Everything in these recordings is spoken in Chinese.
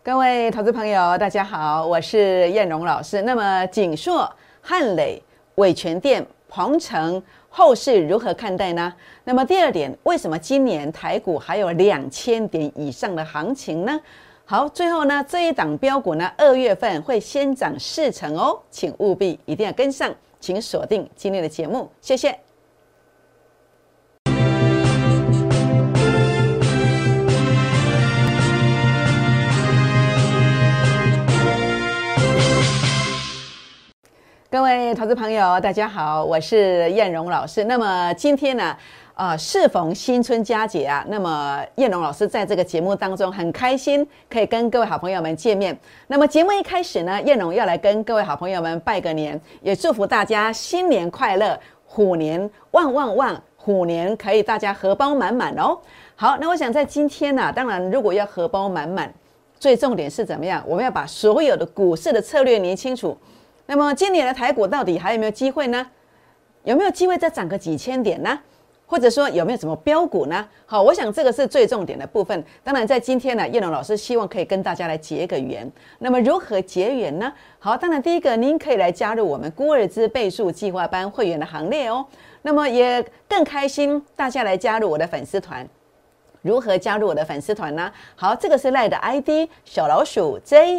各位投资朋友，大家好，我是燕荣老师。那么景硕、汉磊、伟全电、鹏程后市如何看待呢？那么第二点，为什么今年台股还有2000点以上的行情呢？好，最后呢，这一档标股呢，2月份会先涨40%哦，请务必一定要跟上，请锁定今天的节目，谢谢。各位投资朋友，大家好，我是燕荣老师。那么今天呢，适逢新春佳节啊，那么燕荣老师在这个节目当中很开心，可以跟各位好朋友们见面。那么节目一开始呢，燕荣要来跟各位好朋友们拜个年，也祝福大家新年快乐，虎年旺旺旺，虎年可以大家荷包满满哦。好，那我想在今天呢，当然如果要荷包满满，最重点是怎么样？我们要把所有的股市的策略拟清楚。那么今年的台股到底还有没有机会呢？有没有机会再涨个几千点呢？或者说有没有什么标股呢？好，我想这个是最重点的部分。当然在今天呢，燕荣老师希望可以跟大家来结个缘。那么如何结缘呢？好，当然第一个您可以来加入我们孤儿资倍数计划班会员的行列哦。那么也更开心大家来加入我的粉丝团。如何加入我的粉丝团呢？好，这个是 LINE 的 ID 小老鼠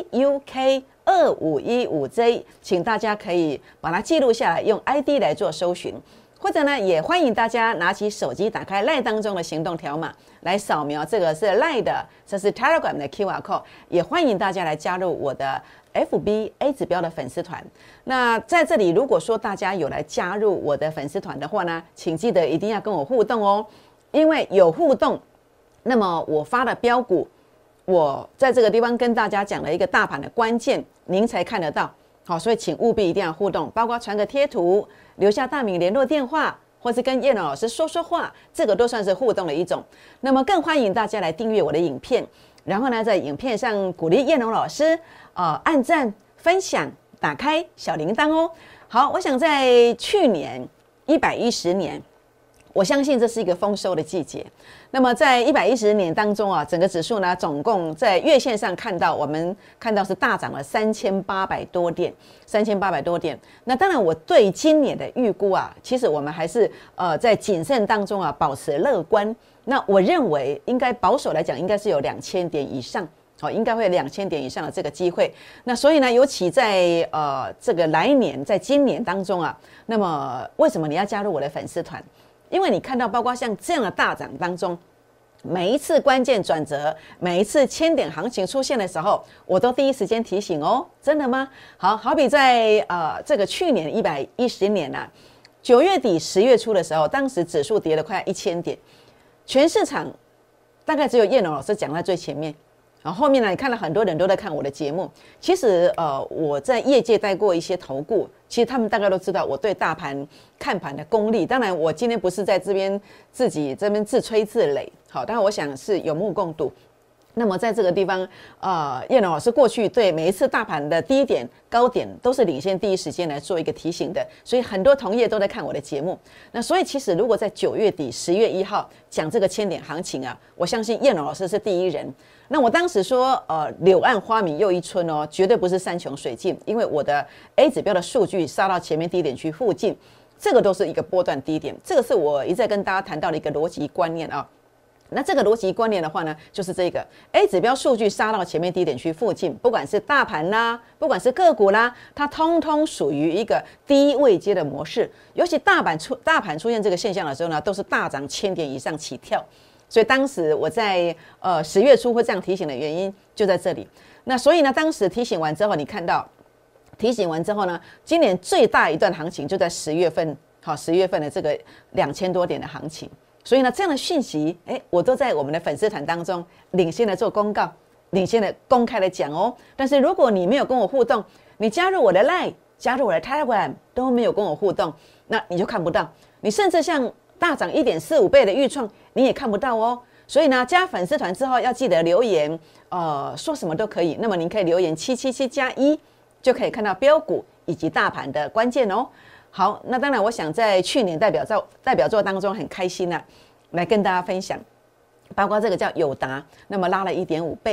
JUK2515J， 请大家可以把它记录下来，用 ID 来做搜寻，或者呢，也欢迎大家拿起手机，打开 LINE 当中的行动条码来扫描，这个是 LINE 的，这是 Telegram 的 QR code， 也欢迎大家来加入我的 FB A 指标的粉丝团。那在这里，如果说大家有来加入我的粉丝团的话呢，请记得一定要跟我互动哦，因为有互动，那么我发的标股，我在这个地方跟大家讲了一个大盘的关键，您才看得到。好，所以请务必一定要互动，包括传个贴图，留下大名、联络电话，或是跟燕荣老师说说话，这个都算是互动的一种。那么更欢迎大家来订阅我的影片，然后呢，在影片上鼓励燕荣老师按赞、分享、打开小铃铛哦。好，我想在去年110年。我相信这是一个丰收的季节。那么在110年当中啊，整个指数呢，总共在月线上我们看到是大涨了3800多点，3800多点。那当然，我对今年的预估啊，其实我们还是在谨慎当中啊，保持乐观。那我认为应该保守来讲，应该是有2000点以上。好，应该会有2000点以上的这个机会。那所以呢，尤其在这个来年，在今年当中啊，那么为什么你要加入我的粉丝团？因为你看到，包括像这样的大涨当中，每一次关键转折，每一次1000点行情出现的时候，我都第一时间提醒哦。真的吗？好比在这个去年110年啊，9月底10月初的时候，当时指数跌了快1000点，全市场大概只有燕荣老师讲在最前面。然后后面呢，你看到很多人都在看我的节目。其实我在业界带过一些投顾，其实他们大概都知道我对大盘看盘的功力。当然，我今天不是在这边自己这边自吹自擂，好，当然我想是有目共睹。那么在这个地方，燕荣老师过去对每一次大盘的低点、高点都是领先第一时间来做一个提醒的，所以很多同业都在看我的节目。那所以其实如果在9月底、10月1号讲这个1000点行情啊，我相信燕荣老师是第一人。那我当时说，柳暗花明又一村哦，绝对不是山穷水尽，因为我的 A 指标的数据杀到前面低点区附近，这个都是一个波段低点，这个是我一再跟大家谈到的一个逻辑观念啊。那这个逻辑观念的话呢，就是这个 A 指标数据杀到前面低点区附近，不管是大盘啦，不管是个股啦，它通通属于一个低位阶的模式。尤其大盘出现这个现象的时候呢，都是大涨1000点以上起跳。所以当时我在10月初会这样提醒的原因就在这里。那所以呢，当时提醒完之后，你看到提醒完之后呢，今年最大一段行情就在10月份，好，10月份的这个2000多点的行情。所以呢，这样的讯息，我都在我们的粉丝团当中领先的做公告，领先的公开的讲哦。但是如果你没有跟我互动，你加入我的 LINE， 加入我的 Telegram 都没有跟我互动，那你就看不到。你甚至像大涨1.45倍的预创，你也看不到哦。所以呢，加粉丝团之后要记得留言，说什么都可以。那么您可以留言777+1，就可以看到标股以及大盘的关键哦。好，那当然，我想在去年代表作当中很开心啊，来跟大家分享，包括这个叫友达，那么拉了1.5倍。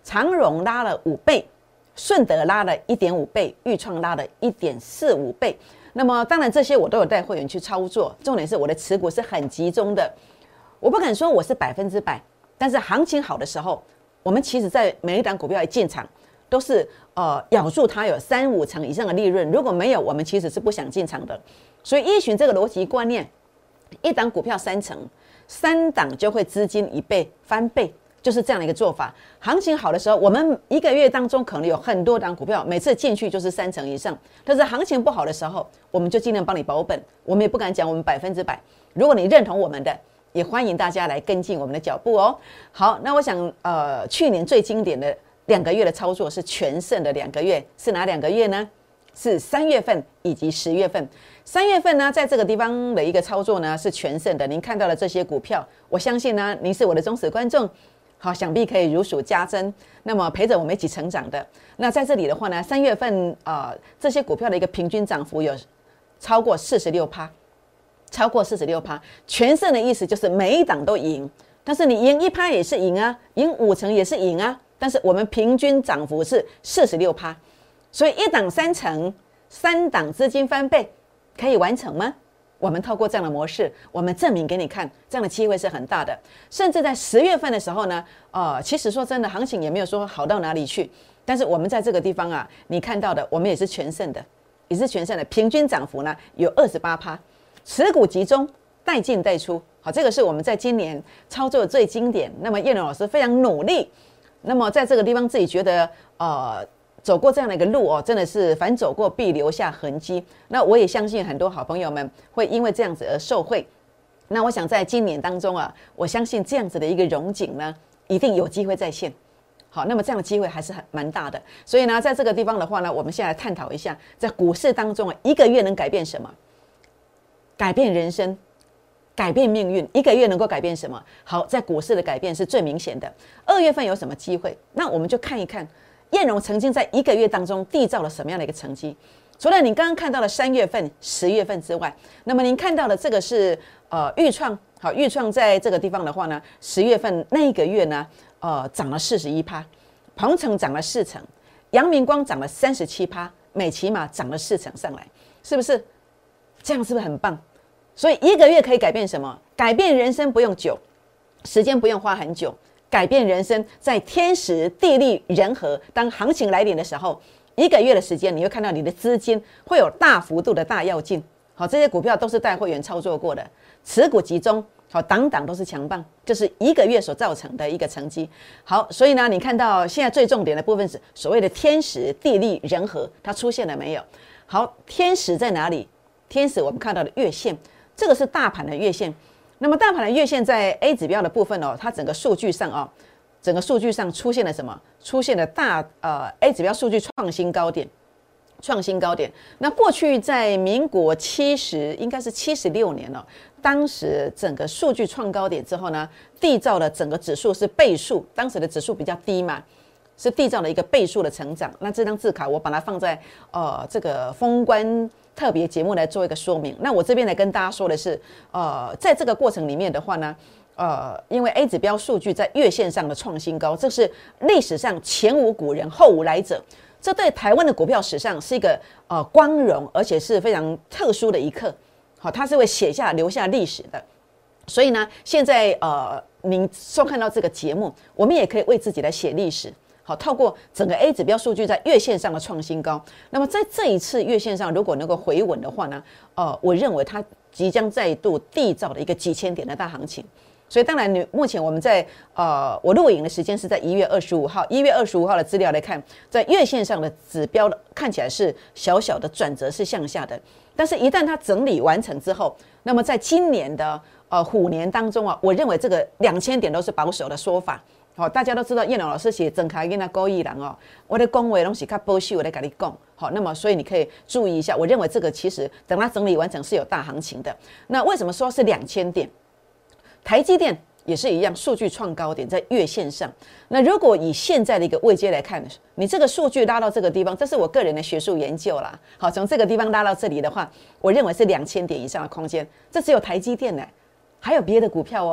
长荣拉了5倍，顺德拉了1.5倍，裕创拉了1.45倍。那么当然这些我都有带会员去操作，重点是我的持股是很集中的。我不敢说我是100%，但是行情好的时候，我们其实在每一档股票一进场，都是咬住它有3-5成以上的利润。如果没有，我们其实是不想进场的。所以依循这个逻辑观念，一档股票3成，3档就会资金1倍翻倍。就是这样的一个做法。行情好的时候，我们1个月当中可能有很多档股票，每次进去就是3成以上。但是行情不好的时候，我们就尽量帮你保本，我们也不敢讲我们100%。如果你认同我们的，也欢迎大家来跟进我们的脚步哦。好，那我想去年最经典的2个月的操作是全胜的2个月，是哪2个月呢？是3月份以及10月份。3月份呢，在这个地方的一个操作呢是全胜的。您看到的这些股票，我相信呢，您是我的忠实观众。好，想必可以如数家珍。那么陪着我们一起成长的，那在这里的话呢，3月份这些股票的一个平均涨幅有超过46%，超过46%。全胜的意思就是每一档都赢，但是你赢1%也是赢啊，赢5成也是赢啊。但是我们平均涨幅是46%，所以一档3成，3档资金翻倍，可以完成吗？我们透过这样的模式，我们证明给你看，这样的机会是很大的。甚至在10月份的时候呢，其实说真的，行情也没有说好到哪里去。但是我们在这个地方啊，你看到的，我们也是全胜的，也是全胜的，平均涨幅呢有28%，持股集中，带进带出。好，这个是我们在今年操作的最经典。那么叶龙老师非常努力，那么在这个地方自己觉得走过这样的一个路哦，真的是凡走过必留下痕迹。那我也相信很多好朋友们会因为这样子而受惠。那我想在今年当中啊，我相信这样子的一个荣景呢，一定有机会再现。好，那么这样的机会还是蛮大的。所以呢，在这个地方的话呢，我们现在来探讨一下，在股市当中啊，1个月能改变什么？改变人生，改变命运。1个月能够改变什么？好，在股市的改变是最明显的。2月份有什么机会？那我们就看一看。燕荣曾经在1个月当中缔造了什么样的一个成绩？除了你刚刚看到的3月份、10月份之外，那么您看到的这个是裕创，好，裕创在这个地方的话呢，10月份那一个月呢，涨了41%，鹏程涨了4成，阳明光涨了37%，美琪玛涨了4成上来，是不是？这样是不是很棒？所以1个月可以改变什么？改变人生不用久，时间不用花很久。改变人生，在天时地利人和，当行情来临的时候，1个月的时间，你会看到你的资金会有大幅度的大跃进。好，这些股票都是带会员操作过的，持股集中，好，档档都是强棒，这是1个月所造成的一个成绩。好，所以呢，你看到现在最重点的部分是所谓的天时地利人和，它出现了没有？好，天时在哪里？天时我们看到的月线，这个是大盘的月线。那么大盘的月线在 A 指标的部分哦，它整个数据上哦，整个数据上出现了什么？出现了A 指标数据创新高点，创新高点。那过去在民国应该是76年了，当时整个数据创高点之后呢，缔造了整个指数是倍数，当时的指数比较低嘛，是缔造了一个倍数的成长。那这张字卡我把它放在这个封关特别节目来做一个说明。那我这边来跟大家说的是，在这个过程里面的话呢，因为 A 指标数据在月线上的创新高，这是历史上前无古人后无来者，这对台湾的股票史上是一个光荣而且是非常特殊的一刻。好，它是会留下历史的。所以呢，现在您收看到这个节目，我们也可以为自己来写历史。好，透过整个 A 指标数据在月线上的创新高，那么在这一次月线上如果能够回稳的话呢，我认为它即将再度缔造的一个几千点的大行情。所以当然，目前我们在我录影的时间是在1月25号，1月25号的资料来看，在月线上的指标看起来是小小的转折是向下的，但是一旦它整理完成之后，那么在今年的虎年当中啊，我认为这个2000点都是保守的说法。好，大家都知道叶龙老师写整开跟他勾一人哦，我的恭维东西较保守，我来跟你讲。好，那么所以你可以注意一下，我认为这个其实等它整理完成是有大行情的。那为什么说是2000点？台积电也是一样，数据创高点在月线上。那如果以现在的一个位阶来看，你这个数据拉到这个地方，这是我个人的学术研究啦。好，从这个地方拉到这里的话，我认为是2000点以上的空间。这只有台积电呢，还有别的股票哦。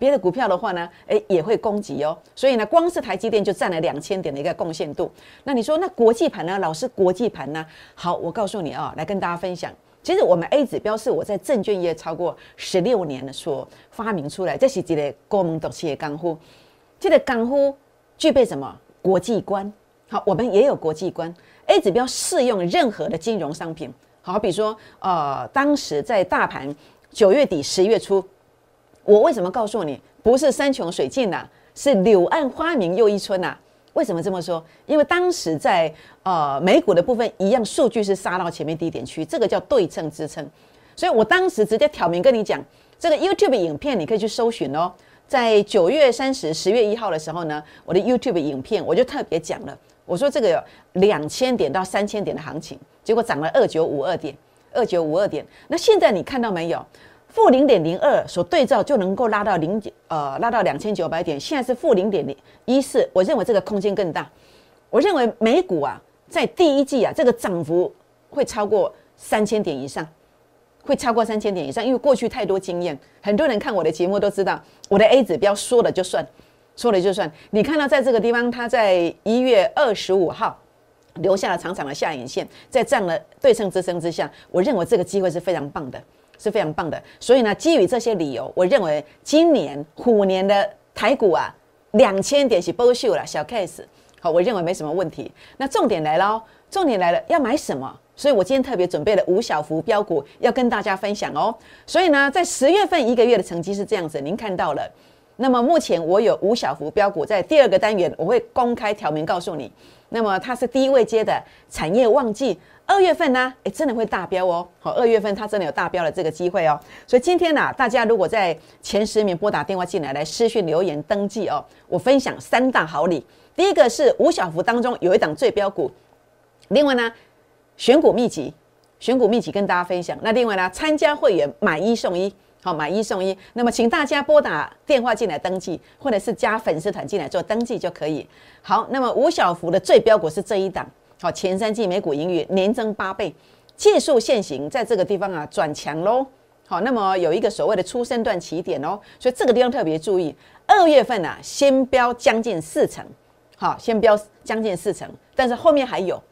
别的股票的话呢，也会攻击哦。所以呢，光是台积电就占了2000点的一个贡献度。那你说那国际盘呢？老师，国际盘呢？好，我告诉你啊，来跟大家分享。其实我们 A 指标是我在证券业超过16年的所发明出来，这是一个国门独起的功夫。这个功夫具备什么？国际观。好，我们也有国际观。A 指标适用任何的金融商品。好，比如说当时在大盘9月底10月初，我为什么告诉你不是山穷水尽啊，是柳暗花明又一村啊？为什么这么说？因为当时在美股的部分一样，数据是杀到前面低点区，这个叫对称支撑。所以我当时直接挑明跟你讲，这个 YouTube 影片你可以去搜寻哦。在9月30、10月1号的时候呢，我的 YouTube 影片我就特别讲了，我说这个有2000点到3000点的行情，结果涨了2952点，2952点。那现在你看到没有？负0.02所对照就能够拉到拉到2900点，现在是负0.14，我认为这个空间更大。我认为美股啊，在第一季啊，这个涨幅会超过3000点以上，会超过3000点以上，因为过去太多经验，很多人看我的节目都知道，我的 A 指标说了就算，说了就算。你看到在这个地方，它在1月25号留下了长长的下影线，在这样的对称支撑之下，我认为这个机会是非常棒的。是非常棒的，所以呢，基于这些理由，我认为今年虎年的台股啊，2000点是保守啦，小 case， 好，我认为没什么问题。那重点来了，重点来了，要买什么？所以我今天特别准备了5小幅标股要跟大家分享哦。所以呢，在10月份1个月的成绩是这样子，您看到了。那么目前我有5小幅标股，在第2个单元我会公开挑明告诉你。那么它是低位阶的产业旺季。2月份呢，真的会大飙哦！好，2月份它真的有大飙的这个机会哦。所以今天呢，大家如果在前10名拨打电话进来，来私讯留言登记哦，我分享3大好礼。第一个是5小幅当中有一档最标股，另外呢，选股秘籍跟大家分享。那另外呢，参加会员买1送1，好，买1送1。那么请大家拨打电话进来登记，或者是加粉丝团进来做登记就可以。好，那么5小幅的最标股是这一档。好，前3季每股盈余年增8倍，技术线型在这个地方啊转强喽。好，那么有一个所谓的初升段起点哦，所以这个地方特别注意。2月份啊，先飙将近4成，好，先飙将近4成，但是后面还有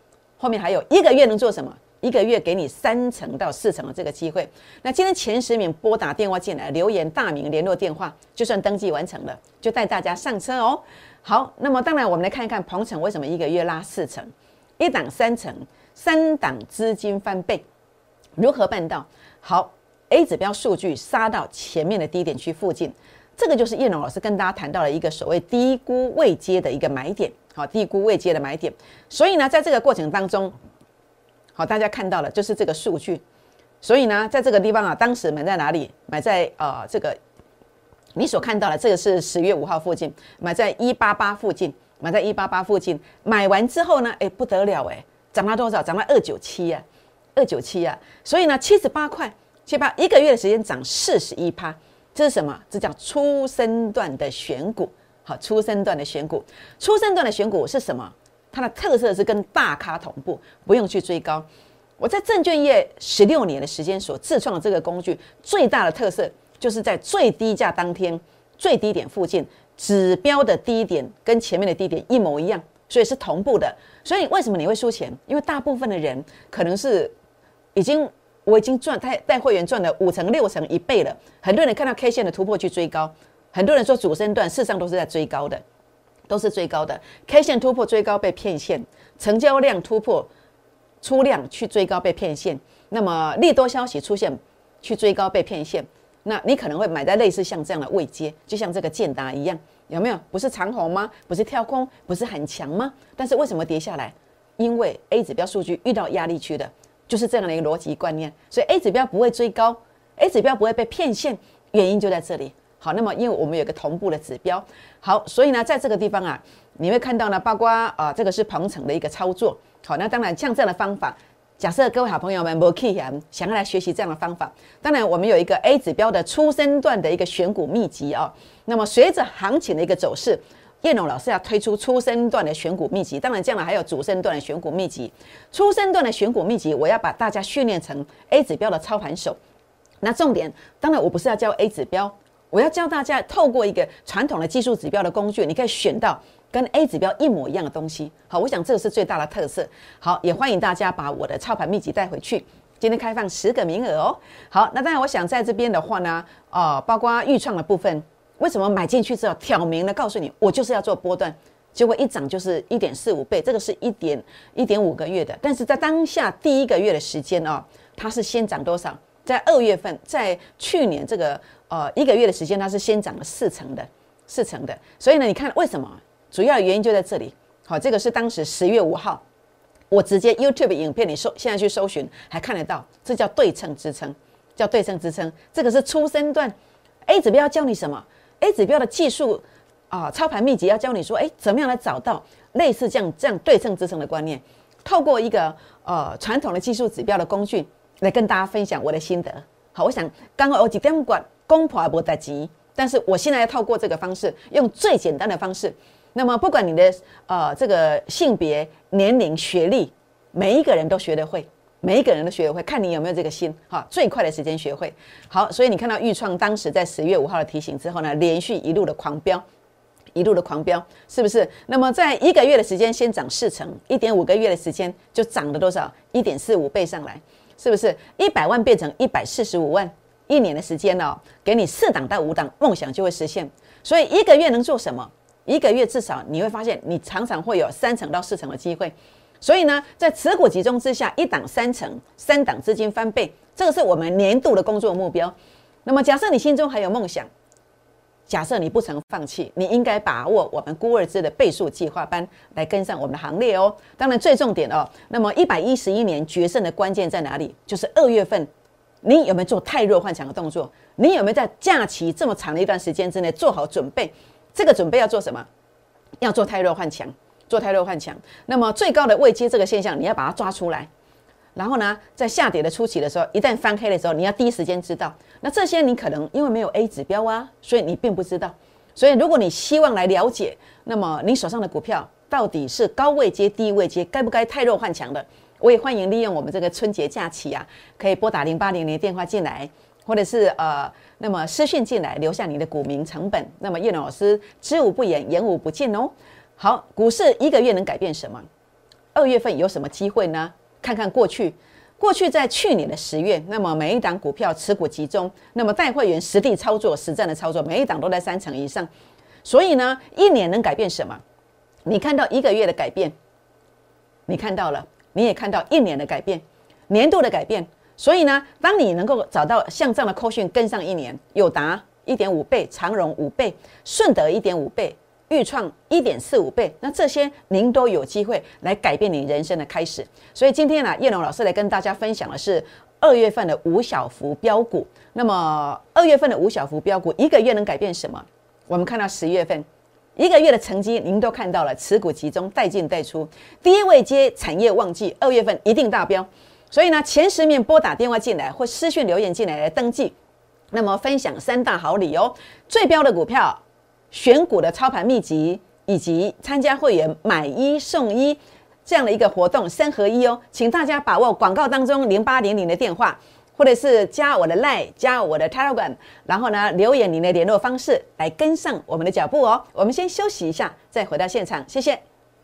1个月能做什么？1个月给你3成到4成的这个机会。那今天前10名拨打电话进来，留言大名、联络电话，就算登记完成了，就带大家上车哦。好，那么当然我们来看一看鹏程为什么1个月拉4成。1档3成，3档资金翻倍，如何办到？好 ，A 指标数据杀到前面的低点区附近，这个就是叶龙老师跟大家谈到了一个所谓低估位阶的一个买点，好，低估位阶的买点。所以呢，在这个过程当中，好，大家看到了就是这个数据。所以呢，在这个地方啊，当时买在哪里？买在这个你所看到的，这个是10月5号附近，买在188附近。买在188附近，买完之后呢，不得了涨到多少？涨到297啊，297啊！所以呢，78块，1个月的时间涨41%，这是什么？这叫初升段的选股。好，初升段的选股，初升段的选股是什么？它的特色是跟大咖同步，不用去追高。我在证券业16年的时间所自创的这个工具，最大的特色就是在最低价当天、最低点附近。指标的低点跟前面的低点一模一样，所以是同步的。所以为什么你会输钱？因为大部分的人可能是我已经赚带会员赚了5成、6成、1倍了。很多人看到 K 线的突破去追高，很多人说主升段，事实上都是在追高的，都是追高的。K 线突破追高被骗线，成交量突破出量去追高被骗线，那么利多消息出现去追高被骗线。那你可能会买在类似像这样的位阶，就像这个建达一样，有没有？不是长红吗？不是跳空，不是很强吗？但是为什么跌下来？因为 A 指标数据遇到压力区的，就是这样的一个逻辑观念。所以 A 指标不会追高 ，A 指标不会被骗线，原因就在这里。好，那么因为我们有一个同步的指标，好，所以呢，在这个地方啊，你会看到呢，包括这个是鹏程的一个操作。好，那当然像这样的方法。假设各位好朋友们没去想要来学习这样的方法，当然我们有一个 A 指标的初升段的一个选股秘籍哦。那么随着行情的一个走势，叶龙老师要推出初升段的选股秘籍，当然将来还有主升段的选股秘籍。初升段的选股秘籍，我要把大家训练成 A 指标的操盘手。那重点，当然我不是要教 A 指标， 我要教大家透过一个传统的技术指标的工具，你可以选到跟 A 指标一模一样的东西。好，我想这个是最大的特色。好，也欢迎大家把我的操盘秘籍带回去。今天开放10个名额哦。好，那当然我想在这边的话呢，包括预创的部分，为什么买进去之后挑明了告诉你，我就是要做波段，结果一涨就是1.45倍，这个是1.5个月的，但是在当下第1个月的时间哦，它是先涨多少？在2月份，在去年这个1个月的时间，它是先涨了4成的，所以呢，你看为什么？主要的原因就在这里。好，这个是当时10月5号。我直接 YouTube 影片，你现在去搜寻还看得到，这叫对称支撑，叫对称支撑。这个是初升段 A 指标要教你什么 ？A 指标的技术操盘秘籍要教你说，怎么样来找到类似这样对称支撑的观念，透过一个传统的技术指标的工具来跟大家分享我的心得。好，我想刚刚有几点管攻破也没代志，但是我现在要透过这个方式，用最简单的方式。那么不管你的这个性别、年龄、学历，每一个人都学得会，看你有没有这个心哈，最快的时间学会。好，所以你看到预创当时在10月5号的提醒之后呢，连续一路的狂飙，是不是？那么在1个月的时间先涨4成，1.5个月的时间就涨了多少？1.45倍上来，是不是？100万变成145万，1年的时间哦，给你4档到5档，梦想就会实现。所以1个月能做什么？1个月至少你会发现，你常常会有3成到4成的机会。所以呢，在持股集中之下，1档3成，3档资金翻倍，这个是我们年度的工作目标。那么，假设你心中还有梦想，假设你不曾放弃，你应该把握我们孤二支的倍数计划班来跟上我们的行列哦。当然，最重点哦，那么111年决胜的关键在哪里？就是2月份，你有没有做太弱换强的动作？你有没有在假期这么长的一段时间之内做好准备？这个准备要做什么？要做太弱换强，那么最高的位阶这个现象，你要把它抓出来。然后呢，在下跌的初期的时候，一旦翻黑的时候，你要第一时间知道。那这些你可能因为没有 A 指标啊，所以你并不知道。所以如果你希望来了解，那么你手上的股票到底是高位阶、低位阶，该不该太弱换强的？我也欢迎利用我们这个春节假期啊，可以拨打0800的电话进来。或者是那么私讯进来留下你的股民成本，那么叶老师知无不言，言无不尽哦。好，股市1个月能改变什么？2月份有什么机会呢？看看过去在去年的10月，那么每一档股票持股集中，那么带会员实地操作、实战的操作，每一档都在3成以上。所以呢，1年能改变什么？你看到1个月的改变，你看到了，你也看到1年的改变，年度的改变。所以呢，当你能够找到像这样的扣讯跟上1年，友达1.5倍，长荣5倍，顺德1.5倍，预创1.45倍，那这些您都有机会来改变你人生的开始。所以今天呢，叶龙老师来跟大家分享的是2月份的5小幅标股。那么2月份的5小幅标股，1个月能改变什么？我们看到10月份1个月的成绩，您都看到了，持股集中，带进带出，低位接产业旺季，2月份一定大标。所以呢，前10名拨打电话进来或私讯留言进来来登记，那么分享3大好礼哦：最标的股票、选股的操盘秘籍，以及参加会员买1送1这样的一个活动3合1哦。请大家把握广告当中0800的电话，或者是加我的 LINE， 加我的 Telegram， 然后呢留言您的联络方式来跟上我们的脚步哦。我们先休息一下，再回到现场，谢谢。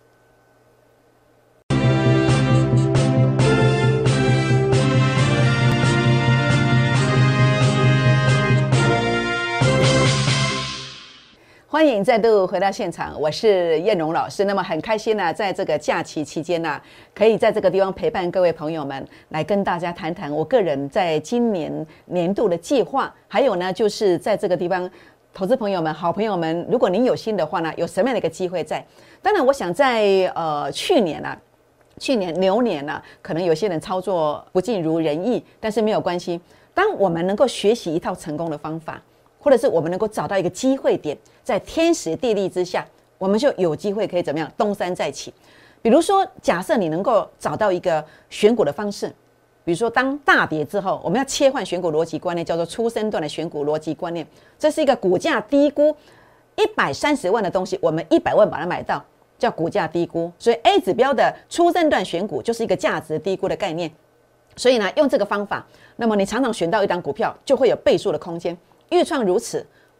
欢迎再度回到现场，我是燕蓉老师。那么很开心呢，在这个假期期间呢，可以在这个地方陪伴各位朋友们，来跟大家谈谈我个人在今年年度的计划，还有呢，就是在这个地方，投资朋友们、好朋友们，如果您有心的话呢，有什么样的一个机会在？当然，我想在去年牛年呢，可能有些人操作不尽如人意，但是没有关系。当我们能够学习一套成功的方法，或者是我们能够找到一个机会点，在天时地利之下，我们就有机会可以怎么样东山再起。比如说，假设你能够找到一个选股的方式，比如说当大跌之后，我们要切换选股逻辑观念，叫做初升段的选股逻辑观念。这是一个股价低估130万的东西，我们100万把它买到，叫股价低估。所以 A 指标的初升段选股就是一个价值低估的概念。所以呢，用这个方法，那么你常常选到一档股票，就会有倍数的空间。预创如此，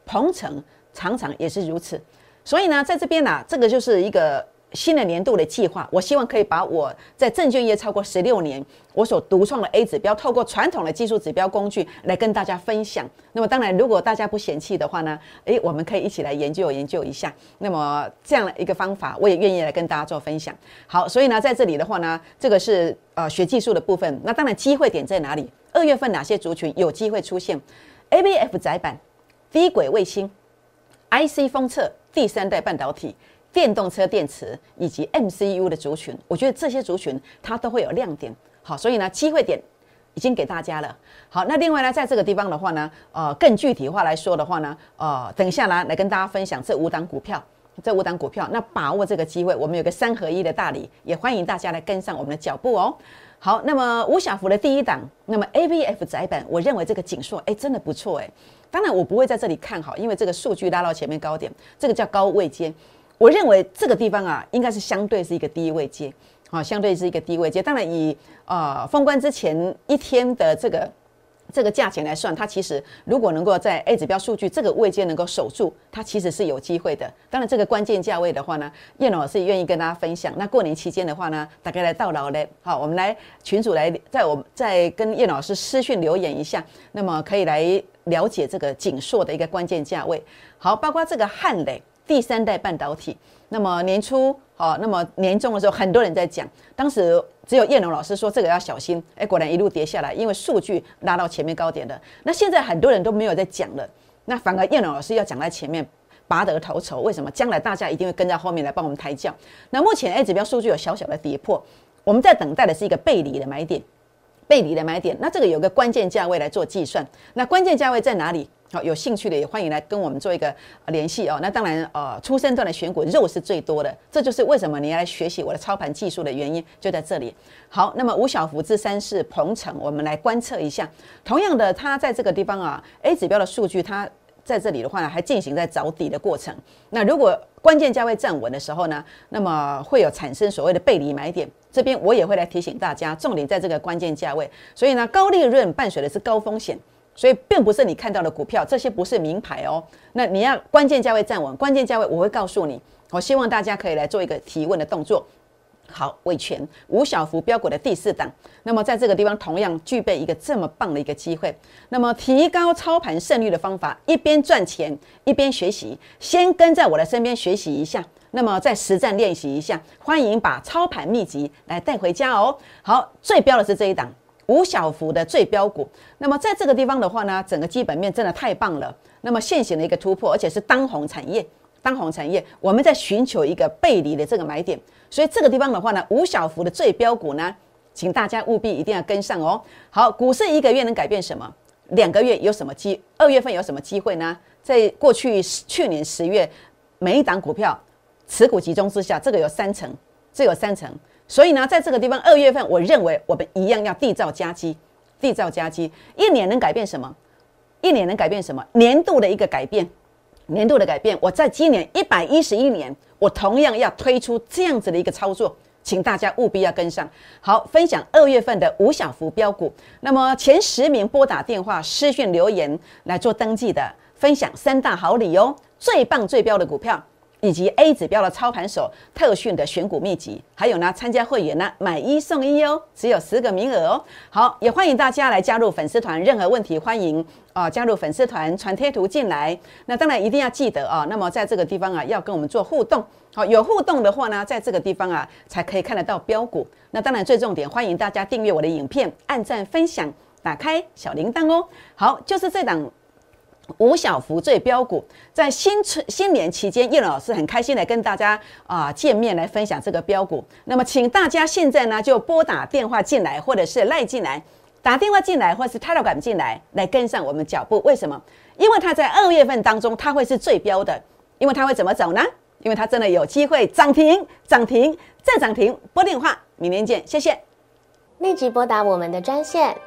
鹏程常常也是如此。所以呢，在这边这个就是一个新的年度的计划，我希望可以把我在证券业超过16年，我所独创的 A 指标，透过传统的技术指标工具来跟大家分享。那么当然，如果大家不嫌弃的话呢，我们可以一起来研究一下。那么这样的一个方法，我也愿意来跟大家做分享。好，所以呢，在这里的话呢，这个是学技术的部分。那当然，机会点在哪里？2月份哪些族群有机会出现 ？ABF 载板、低轨卫星、IC 封测、第3代半导体、电动车电池以及 MCU 的族群，我觉得这些族群它都会有亮点。好，所以呢，机会点已经给大家了。好，那另外呢，在这个地方的话呢，更具体化来说的话呢，等一下呢来跟大家分享这5档股票。那把握这个机会，我们有个3合1的大礼，也欢迎大家来跟上我们的脚步哦。好，那么吴小福的第1档，那么 ABF 载板，我认为这个景硕真的不错当然我不会在这里看好，因为这个数据拉到前面高点，这个叫高位阶。我认为这个地方应该是相对是一个低位阶，相对是一个低位阶。当然以封关之前1天的这个价钱来算，它其实如果能够在 A 指标数据这个位阶能够守住，它其实是有机会的。当然这个关键价位的话呢，燕老师也愿意跟大家分享。那过年期间的话呢，大概来到牢嘞，好，我们来群组来再跟燕老师私讯留言一下，那么可以来了解这个景硕的一个关键价位。好，包括这个汉磊第3代半导体，那么年初那么年终的时候，很多人在讲，当时只有叶龙老师说这个要小心，果然一路跌下来，因为数据拉到前面高点了。那现在很多人都没有在讲了，那反而叶龙老师要讲在前面，拔得头筹。为什么？将来大家一定会跟在后面来帮我们抬轿。那目前 A 指标数据有小小的跌破，我们在等待的是一个背离的买点。那这个有个关键价位来做计算，那关键价位在哪里？好，有兴趣的也欢迎来跟我们做一个联系哦。那当然，初升段的选股肉是最多的，这就是为什么你要来学习我的操盘技术的原因，就在这里。好，那么吴小福之3是鹏程，我们来观测一下。同样的，它在这个地方A 指标的数据，它在这里的话呢，还进行在找底的过程。那如果关键价位站稳的时候呢，那么会有产生所谓的背离买点。这边我也会来提醒大家，重点在这个关键价位。所以呢，高利润伴随的是高风险。所以并不是你看到的股票，这些不是名牌哦。那你要关键价位站稳，关键价位我会告诉你。我希望大家可以来做一个提问的动作。好，伟全吴小福标股的第4档，那么在这个地方同样具备一个这么棒的一个机会。那么提高操盘胜率的方法，一边赚钱一边学习，先跟在我的身边学习一下，那么再实战练习一下。欢迎把操盘秘籍来带回家哦。好，最标的是这一档。吴小福的最标股，那么在这个地方的话呢，整个基本面真的太棒了。那么现行的一个突破，而且是当红产业，我们在寻求一个背离的这个买点。所以这个地方的话呢，吴小福的最标股呢，请大家务必一定要跟上哦。好，股市1个月能改变什么？2个月有什么2月份有什么机会呢？在过去去年10月，每一档股票持股集中之下，这个有3成，所以呢，在这个地方2月份，我认为我们一样要缔造佳绩。1年能改变什么？年度的一个改变。我在今年111年，我同样要推出这样子的一个操作，请大家务必要跟上。好，分享2月份的吴小福标股。那么前10名拨打电话、私讯留言来做登记的，分享3大好礼哦，最棒最标的股票。以及 A 指标的操盘手特训的选股秘籍，还有呢，参加会员呢买1送1哦，只有10个名额哦。好，也欢迎大家来加入粉丝团，任何问题欢迎加入粉丝团传贴图进来。那当然一定要记得那么在这个地方要跟我们做互动。好，有互动的话呢，在这个地方才可以看得到标股。那当然最重点，欢迎大家订阅我的影片，按赞分享，打开小铃铛哦。好，就是这档。吴小福最标股，在新年期间，叶老师很开心来跟大家见面来分享这个标股。那么，请大家现在呢就拨打电话进来，或者是赖进来，打电话进来，或者是 Telegram 进来，来跟上我们脚步。为什么？因为它在2月份当中，它会是最标的。因为它会怎么走呢？因为它真的有机会涨停、再涨停。拨电话，明年见，谢谢。 立即拨打我们的专线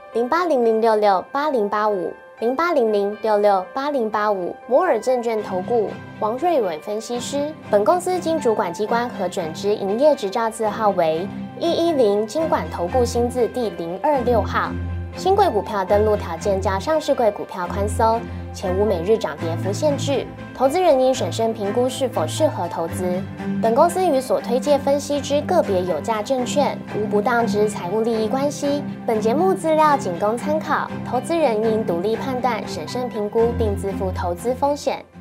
0800668085。0800668085摩尔证券投顾王瑞伟分析师，本公司经主管机关核准之营业执照字号为110金管投顾新字第026号。 新贵股票登录条件较上市柜股票宽松，且无每日涨跌幅限制，投资人应审慎评估是否适合投资。本公司与所推介分析之个别有价证券无不当之财务利益关系。本节目资料仅供参考，投资人应独立判断、审慎评估并自负投资风险。